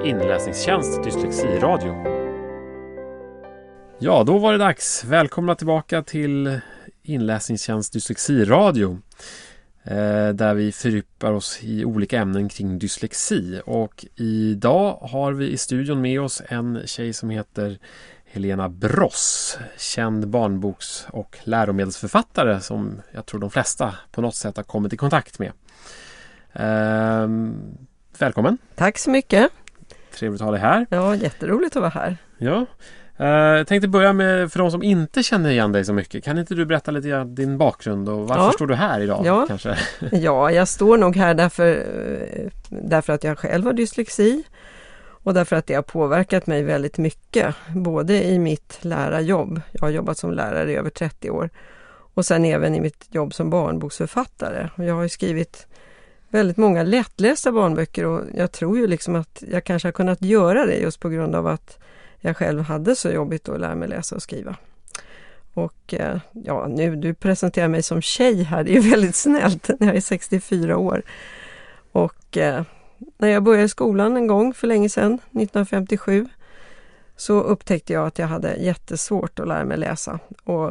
Inläsningstjänst Dyslexiradio. Ja, då var det dags. Välkomna tillbaka till Inläsningstjänst Dyslexiradio. Där vi fördjupar oss i olika ämnen kring dyslexi. Och idag har vi i studion med oss en tjej som heter Helena Bross. Känd barnboks- och läromedelsförfattare som jag tror de flesta på något sätt har kommit i kontakt med. Välkommen. Tack så mycket. Trevligt att ha dig här. Ja, jätteroligt att vara här. Ja. Jag tänkte börja med, för de som inte känner igen dig så mycket, kan inte du berätta lite grann din bakgrund och varför står du här idag? Kanske? Ja, jag står nog här därför att jag själv har dyslexi och därför att det har påverkat mig väldigt mycket, både i mitt lärarjobb. Jag har jobbat som lärare i över 30 år och sen även i mitt jobb som barnboksförfattare. Jag har ju skrivit väldigt många lättlästa barnböcker och jag tror ju liksom att jag kanske har kunnat göra det just på grund av att jag själv hade så jobbigt att lära mig läsa och skriva. Och ja, nu du presenterar mig som tjej här, det är väldigt snällt när jag är 64 år. Och när jag började skolan en gång för länge sedan, 1957, så upptäckte jag att jag hade jättesvårt att lära mig läsa. Och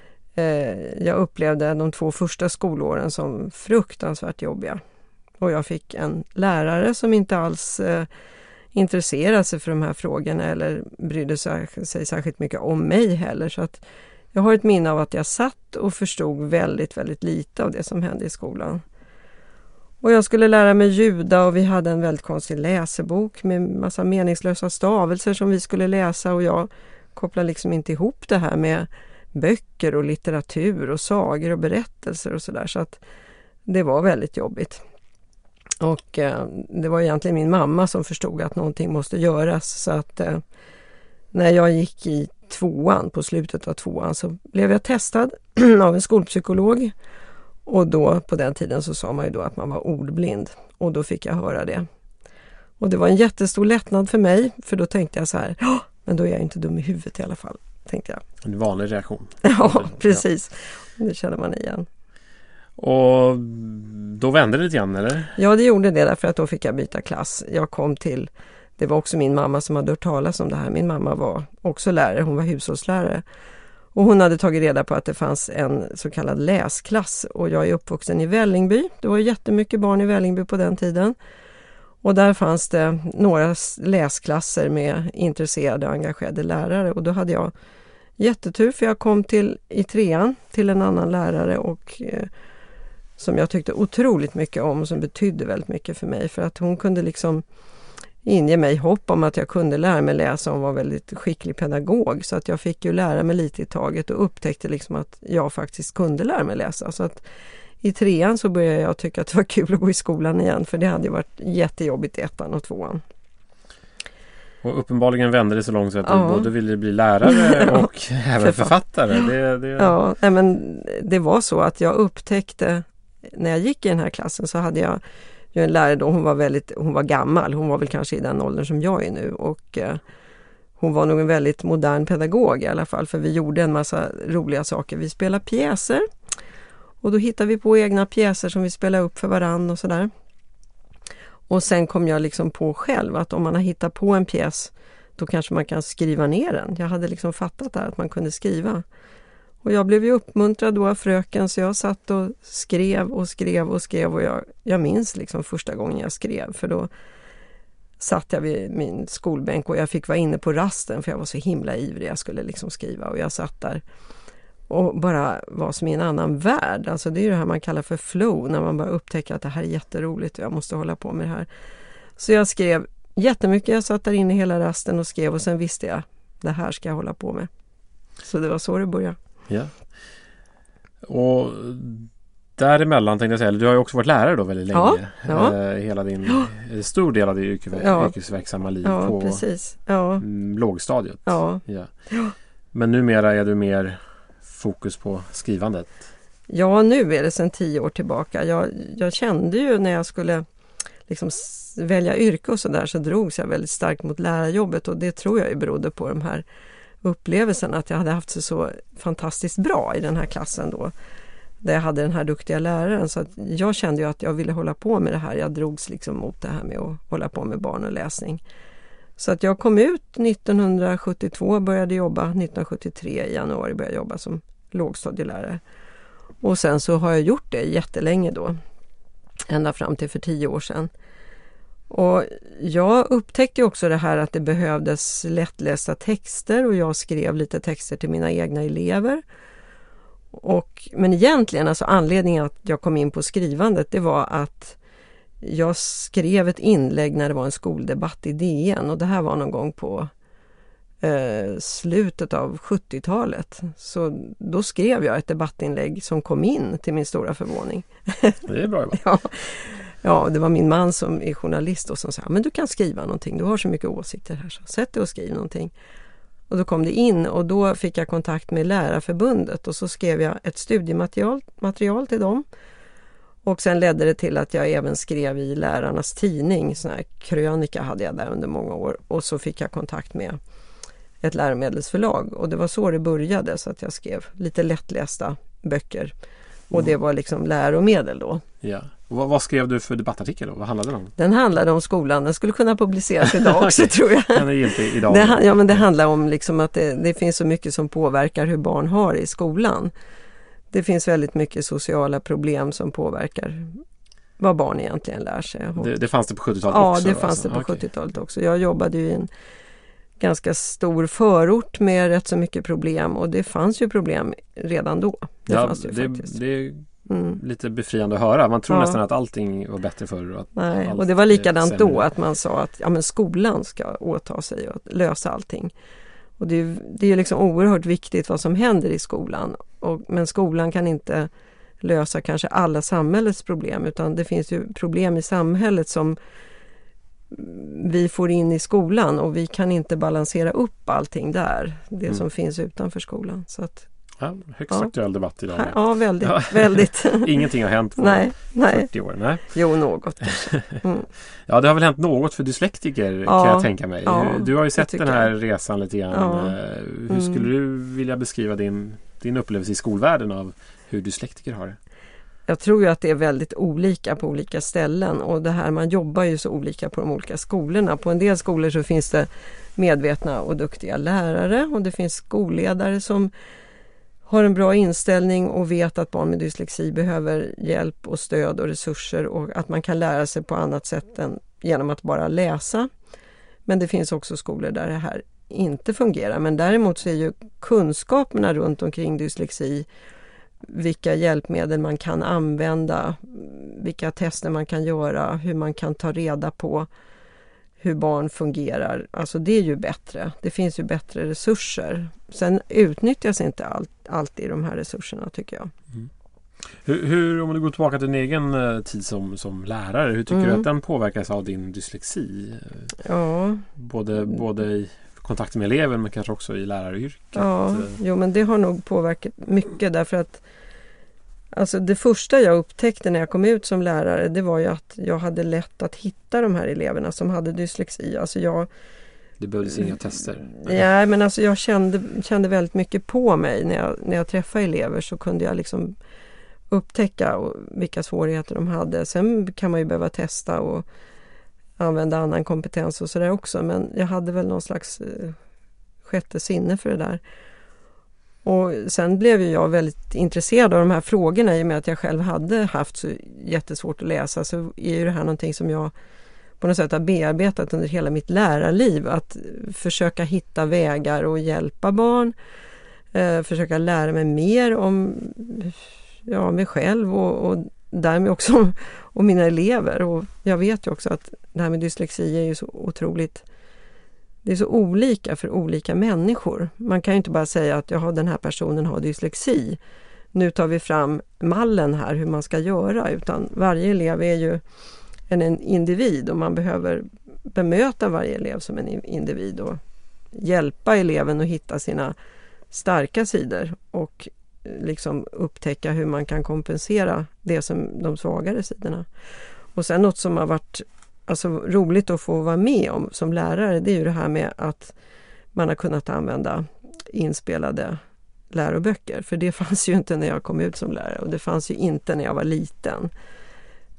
jag upplevde de 2 första skolåren som fruktansvärt jobbiga. Och jag fick en lärare som inte alls intresserade sig för de här frågorna eller brydde sig särskilt mycket om mig heller. Så att jag har ett minne av att jag satt och förstod väldigt, väldigt lite av det som hände i skolan. Och jag skulle lära mig ljuda och vi hade en väldigt konstig läsebok med massa meningslösa stavelser som vi skulle läsa och jag kopplade liksom inte ihop det här med böcker och litteratur och sagor och berättelser och sådär. Så att det var väldigt jobbigt. Och det var egentligen min mamma som förstod att någonting måste göras. Så att när jag gick i 2:an, på slutet av 2:an, så blev jag testad av en skolpsykolog. Och då på den tiden så sa man ju då att man var ordblind. Och då fick jag höra det. Och det var en jättestor lättnad för mig. För då tänkte jag så här, men då är jag inte dum i huvudet i alla fall, tänkte jag. En vanlig reaktion. Ja, precis. Det känner man igen. Och då vände det lite grann, eller? Ja, det gjorde det därför att då fick jag byta klass. Jag kom till, det var också min mamma som hade hört talas om det här. Min mamma var också lärare, hon var hushållslärare. Och hon hade tagit reda på att det fanns en så kallad läsklass. Och jag är uppvuxen i Vällingby. Det var jättemycket barn i Vällingby på den tiden. Och där fanns det några läsklasser med intresserade och engagerade lärare. Och då hade jag jättetur för jag kom i 3:an till en annan lärare och som jag tyckte otroligt mycket om och som betydde väldigt mycket för mig. För att hon kunde liksom inge mig hopp om att jag kunde lära mig läsa och hon var väldigt skicklig pedagog. Så att jag fick ju lära mig lite i taget och upptäckte liksom att jag faktiskt kunde lära mig läsa. Så att i 3:an så började jag tycka att det var kul att gå i skolan igen. För det hade ju varit jättejobbigt i 1:an och 2:an. Och uppenbarligen vände det så långt så att du både ville bli lärare och även författare. Ja, men det var så att jag upptäckte, när jag gick i den här klassen så hade jag ju en lärare då, hon var gammal, hon var väl kanske i den åldern som jag är nu och hon var nog en väldigt modern pedagog i alla fall, för vi gjorde en massa roliga saker. Vi spelade pjäser och då hittade vi på egna pjäser som vi spelade upp för varann och sådär. Och sen kom jag liksom på själv att om man har hittat på en pjäs då kanske man kan skriva ner den. Jag hade liksom fattat där att man kunde skriva. Och jag blev ju uppmuntrad då av fröken så jag satt och skrev och jag minns liksom första gången jag skrev för då satt jag vid min skolbänk och jag fick vara inne på rasten för jag var så himla ivrig, jag skulle liksom skriva och jag satt där och bara var som i en annan värld. Alltså det är ju det här man kallar för flow när man bara upptäcker att det här är jätteroligt och jag måste hålla på med det här. Så jag skrev jättemycket, jag satt där inne hela rasten och skrev och sen visste jag, det här ska jag hålla på med. Så det var så det började. Ja. Och däremellan tänkte jag säga, du har ju också varit lärare då väldigt länge. Ja. Hela din stor del av din yrkesverksamma liv på precis. lågstadiet. Ja. Men numera är du mer fokus på skrivandet. Ja, nu är det sedan 10 år tillbaka. Jag kände ju när jag skulle liksom välja yrke och sådär så drogs jag väldigt starkt mot lärarjobbet och det tror jag ju berodde på de här upplevelserna att jag hade haft så fantastiskt bra i den här klassen då. Där jag hade den här duktiga läraren så att jag kände ju att jag ville hålla på med det här. Jag drogs liksom mot det här med att hålla på med barn och läsning. Så att jag kom ut 1972, började jobba 1973 i januari, började jobba som lågstadielärare. Och sen så har jag gjort det jättelänge då, ända fram till för 10 år sedan. Och jag upptäckte också det här att det behövdes lättlästa texter och jag skrev lite texter till mina egna elever. Men egentligen, alltså anledningen att jag kom in på skrivandet, det var att jag skrev ett inlägg när det var en skoldebatt i DN, och det här var någon gång på slutet av 70-talet. Så då skrev jag ett debattinlägg som kom in till min stora förvåning. Det är bra jobbat. Ja, det var min man som är journalist och som sa, men du kan skriva någonting, du har så mycket åsikter här, så sätt dig och skriv någonting. Och då kom det in och då fick jag kontakt med Lärarförbundet och så skrev jag ett studiematerial till dem. Och sen ledde det till att jag även skrev i lärarnas tidning, sån här krönika hade jag där under många år. Och så fick jag kontakt med ett läromedelsförlag och det var så det började, så att jag skrev lite lättlästa böcker. Och det var liksom läromedel då. Ja. Och vad skrev du för debattartikel då? Vad handlade den om? Den handlade om skolan. Den skulle kunna publiceras idag också okay. Tror jag. Den är giltig idag. Men det handlar om liksom att det finns så mycket som påverkar hur barn har i skolan. Det finns väldigt mycket sociala problem som påverkar vad barn egentligen lär sig. Det fanns det på 70-talet också? Ja, det fanns det på 70-talet också. Jag jobbade ju i en ganska stor förort med rätt så mycket problem, och det fanns ju problem redan då. Det fanns ju faktiskt. Det är lite befriande att höra. Man tror nästan att allting var bättre förr. Nej, och det var likadant då att man sa att men skolan ska åta sig och lösa allting. Och det är liksom oerhört viktigt vad som händer i skolan. Men skolan kan inte lösa kanske alla samhällets problem, utan det finns ju problem i samhället som vi får in i skolan och vi kan inte balansera upp allting där. Det som finns utanför skolan. Så att, högst aktuell debatt idag. Ja, väldigt. Ingenting har hänt på 40 år. Nej. Jo, något. Ja, det har väl hänt något för dyslektiker kan jag tänka mig. Ja, du har ju sett den här resan lite grann. Hur skulle du vilja beskriva din upplevelse i skolvärlden av hur dyslektiker har det? Jag tror ju att det är väldigt olika på olika ställen, och det här, man jobbar ju så olika på de olika skolorna. På en del skolor så finns det medvetna och duktiga lärare, och det finns skolledare som har en bra inställning och vet att barn med dyslexi behöver hjälp och stöd och resurser, och att man kan lära sig på annat sätt än genom att bara läsa. Men det finns också skolor där det här inte fungerar. Men däremot så är ju kunskaperna runt omkring dyslexi, vilka hjälpmedel man kan använda, vilka tester man kan göra, hur man kan ta reda på hur barn fungerar. Alltså det är ju bättre. Det finns ju bättre resurser. Sen utnyttjas inte alltid de här resurserna, tycker jag. Hur, om du går tillbaka till din egen tid som lärare, hur tycker du att den påverkas av din dyslexi? Ja. Både i kontakt med elever, men kanske också i läraryrket. Ja, men det har nog påverkat mycket, därför att alltså det första jag upptäckte när jag kom ut som lärare, det var ju att jag hade lätt att hitta de här eleverna som hade dyslexi. Alltså det behövdes inga tester. Ja, men alltså jag kände väldigt mycket på mig när jag träffade elever, så kunde jag liksom upptäcka vilka svårigheter de hade. Sen kan man ju behöva testa och använda annan kompetens och sådär också, men jag hade väl någon slags sjätte sinne för det där. Och sen blev ju jag väldigt intresserad av de här frågorna, i och med att jag själv hade haft så jättesvårt att läsa, så är ju det här någonting som jag på något sätt har bearbetat under hela mitt lärarliv, att försöka hitta vägar och hjälpa barn, försöka lära mig mer om mig själv och därmed också om mina elever. Och jag vet ju också att det här med dyslexi är ju så otroligt, det är så olika för olika människor. Man kan ju inte bara säga att den här personen har dyslexi. Nu tar vi fram mallen här hur man ska göra, utan varje elev är ju en individ, och man behöver bemöta varje elev som en individ och hjälpa eleven att hitta sina starka sidor och liksom upptäcka hur man kan kompensera det som de svagare sidorna. Och sen något som har varit roligt att få vara med om som lärare, det är ju det här med att man har kunnat använda inspelade läroböcker. För det fanns ju inte när jag kom ut som lärare, och det fanns ju inte när jag var liten.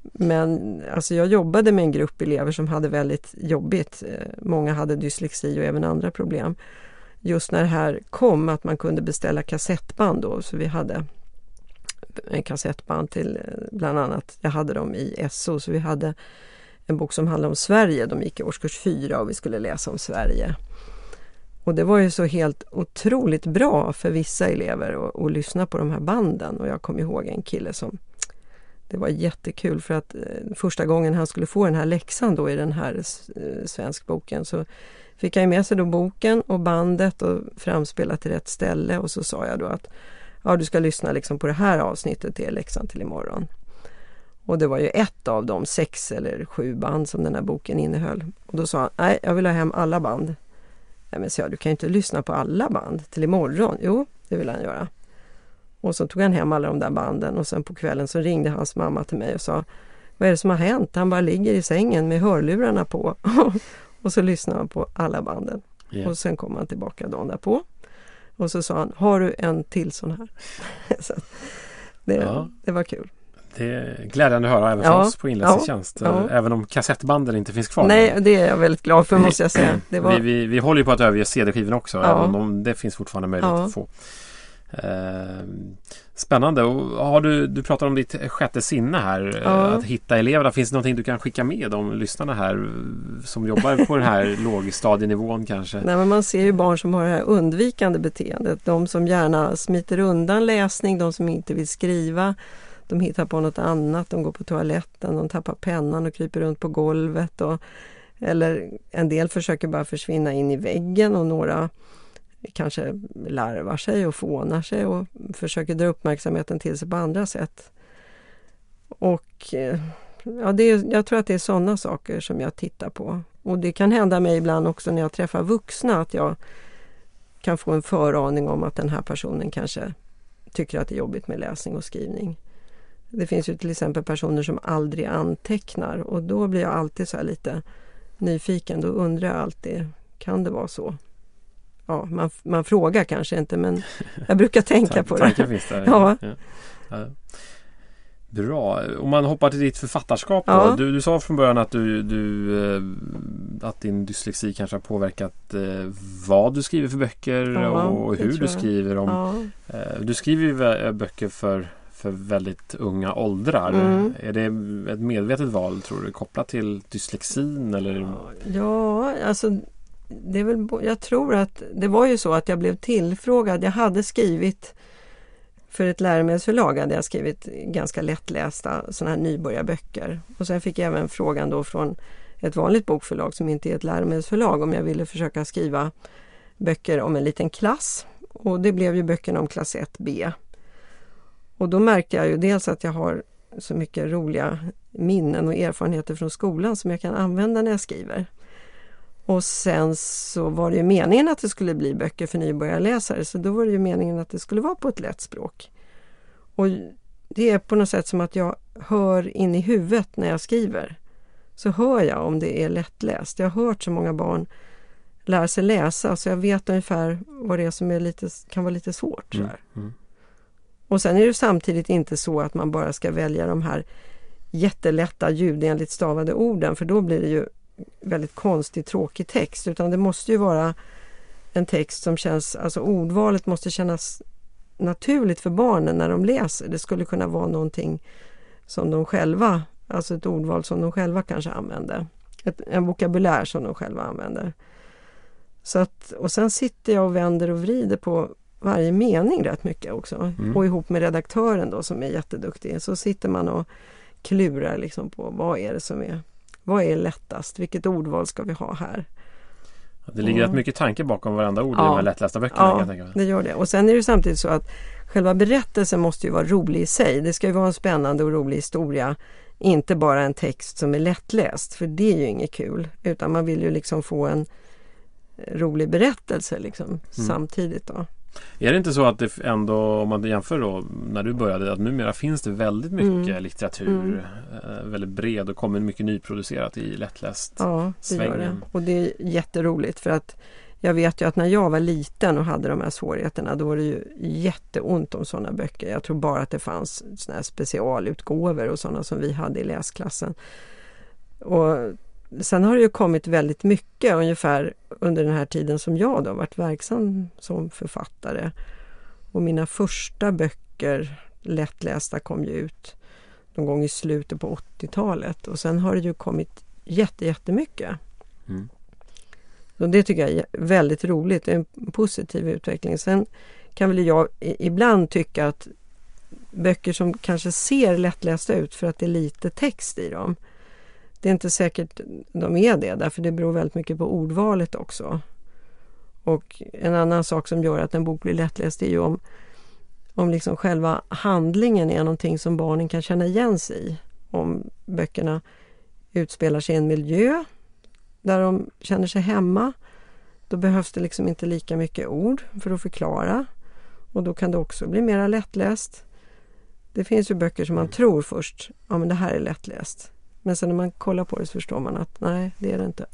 Men alltså jag jobbade med en grupp elever som hade väldigt jobbigt. Många hade dyslexi och även andra problem. Just när det här kom att man kunde beställa kassettband då, så vi hade en kassettband till bland annat, jag hade dem i SO, så vi hade en bok som handlade om Sverige. De gick i årskurs 4 och vi skulle läsa om Sverige. Och det var ju så helt otroligt bra för vissa elever att lyssna på de här banden. Och jag kom ihåg en kille som, det var jättekul för att första gången han skulle få den här läxan då i den här svenskboken, så fick jag med sig då boken och bandet och framspelat till rätt ställe, och så sa jag då att ja, du ska lyssna liksom på det här avsnittet till läxan till imorgon. Och det var ju ett av de 6 eller 7 band som den här boken innehöll. Och då sa han, nej, jag vill ha hem alla band. Nej, men så jag, du kan ju inte lyssna på alla band till imorgon. Jo, det vill han göra. Och så tog han hem alla de där banden, och sen på kvällen så ringde hans mamma till mig och sa, vad är det som har hänt? Han bara ligger i sängen med hörlurarna på. Och så lyssnade han på alla banden. Yeah. Och sen kom han tillbaka dagen därpå. Och så sa han, har du en till sån här? Så det var kul. Det är glädjande att höra även för oss på inläsningstjänst. Även om kassettbanden inte finns kvar. Nej, det är jag väldigt glad för, måste jag säga. Det var... vi håller ju på att överge CD-skivorna också. Även om det finns fortfarande möjlighet att få. Spännande. Och du pratar om ditt sjätte sinne här, att hitta eleverna. Finns det någonting du kan skicka med de lyssnarna här som jobbar på den här lågstadienivån kanske? Nej, men man ser ju barn som har det här undvikande beteendet. De som gärna smiter undan läsning, de som inte vill skriva, de hittar på något annat, de går på toaletten, de tappar pennan och kryper runt på golvet, eller en del försöker bara försvinna in i väggen, och några kanske larvar sig och fånar sig och försöker dra uppmärksamheten till sig på andra sätt. Och jag tror att det är sådana saker som jag tittar på. Och det kan hända mig ibland också när jag träffar vuxna att jag kan få en föraning om att den här personen kanske tycker att det är jobbigt med läsning och skrivning. Det finns ju till exempel personer som aldrig antecknar, och då blir jag alltid så här lite nyfiken. Då undrar jag alltid, kan det vara så? Ja, man frågar kanske inte, men jag brukar tänka på det. Tanken finns där. Ja. Bra. Om man hoppar till ditt författarskap då. Du sa från början att att din dyslexi kanske har påverkat vad du skriver för böcker och hur du skriver om. Du skriver ju böcker för väldigt unga åldrar. Är det ett medvetet val, tror du, kopplat till dyslexin eller? Ja, alltså det är väl, jag tror att det var ju så att jag blev tillfrågad. Jag hade skrivit för ett läromedelsförlag, hade jag skrivit ganska lättlästa sådana här nybörjarböcker. Och sen fick jag även frågan då från ett vanligt bokförlag som inte är ett läromedelsförlag om jag ville försöka skriva böcker om en liten klass. Och det blev ju böckerna om klass 1B. Och då märkte jag ju dels att jag har så mycket roliga minnen och erfarenheter från skolan som jag kan använda när jag skriver. Och sen så var det ju meningen att det skulle bli böcker för nybörjarläsare, så då var det ju meningen att det skulle vara på ett lätt språk. Och det är på något sätt som att jag hör in i huvudet när jag skriver. Så hör jag om det är lättläst. Jag har hört så många barn lära sig läsa, så jag vet ungefär vad det är som kan vara lite svårt. Så här. Och sen är det samtidigt inte så att man bara ska välja de här jättelätta ljudenligt stavade orden, för då blir det ju väldigt konstig, tråkig text, utan det måste ju vara en text som känns, alltså ordvalet måste kännas naturligt för barnen när de läser. Det skulle kunna vara någonting som de själva, alltså ett ordval som de själva kanske använder. En vokabulär som de själva använder. Så att, och sen sitter jag och vänder och vrider på varje mening rätt mycket också. Och ihop med redaktören då som är jätteduktig, så sitter man och klurar liksom på vad är lättast? Vilket ordval ska vi ha här? Det ligger rätt mycket tanke bakom varandra ord i de här lättlästa böckerna. Ja, det gör det. Och sen är det samtidigt så att själva berättelsen måste ju vara rolig i sig. Det ska ju vara en spännande och rolig historia. Inte bara en text som är lättläst, för det är ju inget kul. Utan man vill ju liksom få en rolig berättelse liksom, samtidigt då. Är det inte så att det ändå, om man jämför då när du började, att numera finns det väldigt mycket litteratur, väldigt bred, och kommer mycket nyproducerat i lättläst Ja, det svängen. gör det. Och det är jätteroligt, för att jag vet ju att när jag var liten och hade de här svårigheterna, då var det ju jätteont om sådana böcker. Jag tror bara att det fanns såna här specialutgåvor och sådana som vi hade i läsklassen. Och sen har det ju kommit väldigt mycket ungefär under den här tiden som jag då varit verksam som författare. Och mina första böcker, lättlästa, kom ju ut någon gång i slutet på 80-talet. Och sen har det ju kommit jättemycket. Mm. Och det tycker jag är väldigt roligt. Det är en positiv utveckling. Sen kan väl jag ibland tycka att böcker som kanske ser lättlästa ut för att det är lite text i dem. Det är inte säkert de är det, därför det beror väldigt mycket på ordvalet också. Och en annan sak som gör att en bok blir lättläst är ju om liksom själva handlingen är någonting som barnen kan känna igen sig i. Om böckerna utspelar sig i en miljö där de känner sig hemma, då behövs det liksom inte lika mycket ord för att förklara. Och då kan det också bli mer lättläst. Det finns ju böcker som man tror först, ja men det här är lättläst. Men sen när man kollar på det så förstår man att nej, det är det inte.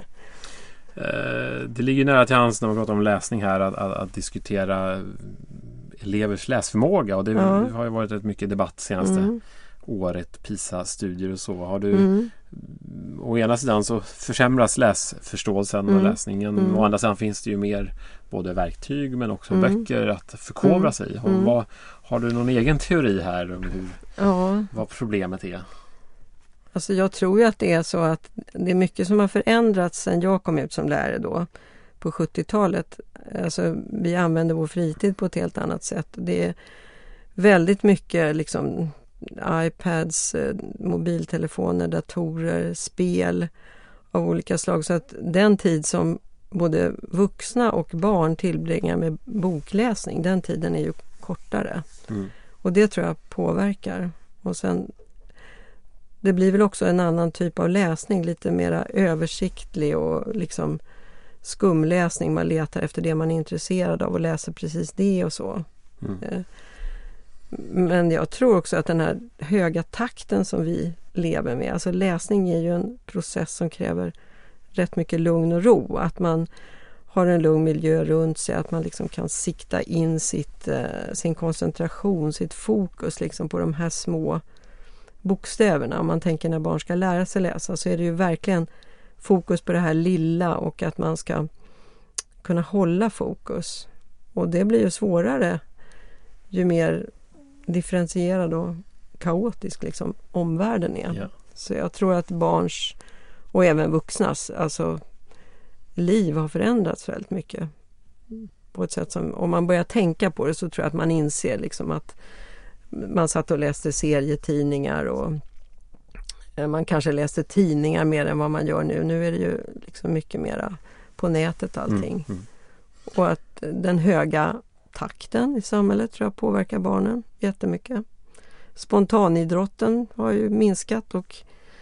Det ligger nära till hands när man pratar om läsning här att diskutera elevers läsförmåga, och det har ju varit rätt mycket debatt senaste året, PISA-studier och så. Har du å ena sidan så försämras läsförståelsen och läsningen, å andra sidan finns det ju mer både verktyg men också böcker att förkovra sig i. Har du någon egen teori här om vad problemet är? Alltså jag tror ju att det är så att det är mycket som har förändrats sedan jag kom ut som lärare då på 70-talet. Alltså vi använder vår fritid på ett helt annat sätt. Det är väldigt mycket liksom iPads, mobiltelefoner, datorer, spel av olika slag. Så att den tid som både vuxna och barn tillbringar med bokläsning, den tiden är ju kortare. Och det tror jag påverkar. Och sen det blir väl också en annan typ av läsning, lite mera översiktlig och liksom skumläsning. Man letar efter det man är intresserad av och läser precis det och så. Men jag tror också att den här höga takten som vi lever med, alltså läsning är ju en process som kräver rätt mycket lugn och ro. Att man har en lugn miljö runt sig, att man liksom kan sikta in sin koncentration, sitt fokus liksom på de här små bokstäverna. Om man tänker när barn ska lära sig läsa så är det ju verkligen fokus på det här lilla och att man ska kunna hålla fokus. Och det blir ju svårare ju mer differentierad och kaotisk liksom omvärlden är. Ja. Så jag tror att barns och även vuxnas liv har förändrats väldigt mycket. På ett sätt som, om man börjar tänka på det så tror jag att man inser liksom att man satt och läste serietidningar och man kanske läste tidningar mer än vad man gör nu. Nu är det ju liksom mycket mera på nätet allting. Och att den höga takten i samhället tror jag påverkar barnen jättemycket. Spontanidrotten har ju minskat och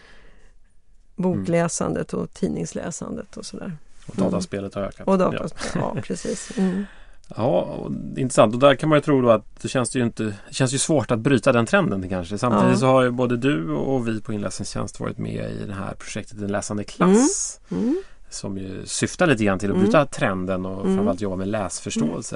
bokläsandet och tidningsläsandet och sådär. Och dataspelet har ökat. Och ja precis. Ja, intressant. Och där kan man ju tro då att det känns ju svårt att bryta den trenden kanske. Samtidigt så har ju både du och vi på Inläsningstjänst varit med i det här projektet En läsande klass. Som ju syftar lite grann till att bryta trenden och framförallt jobba med läsförståelse.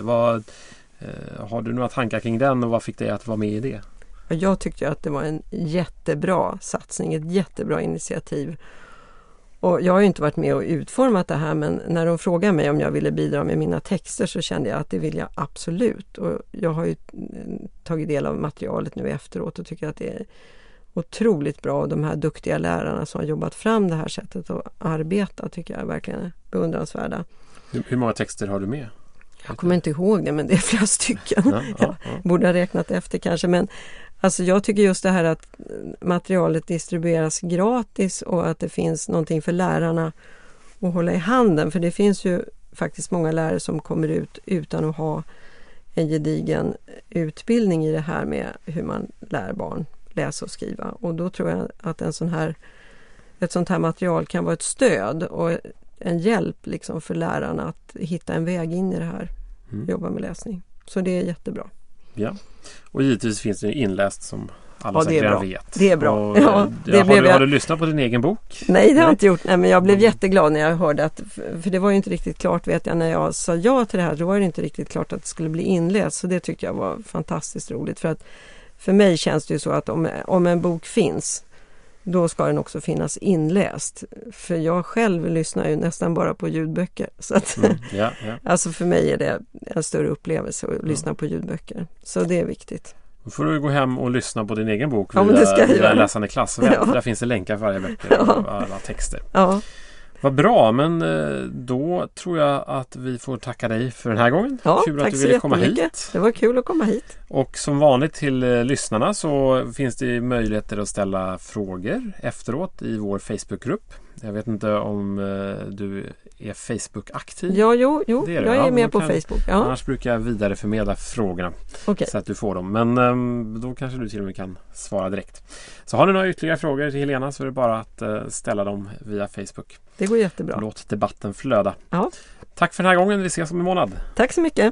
Har du några tankar kring den och vad fick dig att vara med i det? Jag tyckte att det var en jättebra satsning, ett jättebra initiativ. Och jag har ju inte varit med och utformat det här, men när de frågade mig om jag ville bidra med mina texter så kände jag att det vill jag absolut. Och jag har ju tagit del av materialet nu efteråt och tycker att det är otroligt bra. Och de här duktiga lärarna som har jobbat fram det här sättet att arbeta tycker jag är verkligen beundransvärda. Hur många texter har du med? Jag kommer inte ihåg det, men det är flera stycken. Jag borde ha räknat efter kanske, men alltså jag tycker just det här att materialet distribueras gratis och att det finns någonting för lärarna att hålla i handen. För det finns ju faktiskt många lärare som kommer ut utan att ha en gedigen utbildning i det här med hur man lär barn läsa och skriva. Och då tror jag att ett sånt här material kan vara ett stöd och en hjälp liksom för lärarna att hitta en väg in i det här, jobba med läsning. Så det är jättebra. Ja, och givetvis finns det inläst som alla säkert redan vet. Det är bra. Och, har du lyssnat på din egen bok? Nej, det har jag inte gjort. Nej, men jag blev jätteglad när jag hörde att, för det var ju inte riktigt klart, vet jag, när jag sa ja till det här, då var det inte riktigt klart att det skulle bli inläst. Så det tyckte jag var fantastiskt roligt, för att för mig känns det ju så att om en bok finns, då ska den också finnas inläst. För jag själv lyssnar ju nästan bara på ljudböcker. Så att, alltså för mig är det en större upplevelse att lyssna på ljudböcker. Så det är viktigt. Då får du gå hem och lyssna på din egen bok via läsande klass. Där finns det länkar för varje böcker och alla texter. Ja. Vad bra, men då tror jag att vi får tacka dig för den här gången. Ja, kul tack att du ville komma hit. Det var kul att komma hit. Och som vanligt till lyssnarna så finns det möjligheter att ställa frågor efteråt i vår Facebookgrupp. Jag vet inte om du är Facebook-aktiv. Ja, jo, jag är med på Facebook. Ja. Annars brukar jag vidareförmedla frågorna så att du får dem. Men då kanske du till och med kan svara direkt. Så har du några ytterligare frågor till Helena så är det bara att ställa dem via Facebook. Det går jättebra. Låt debatten flöda. Ja. Tack för den här gången. Vi ses om en månad. Tack så mycket.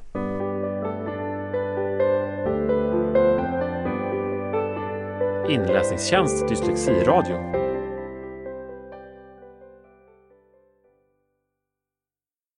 Inläsningstjänst Dyslexiradio.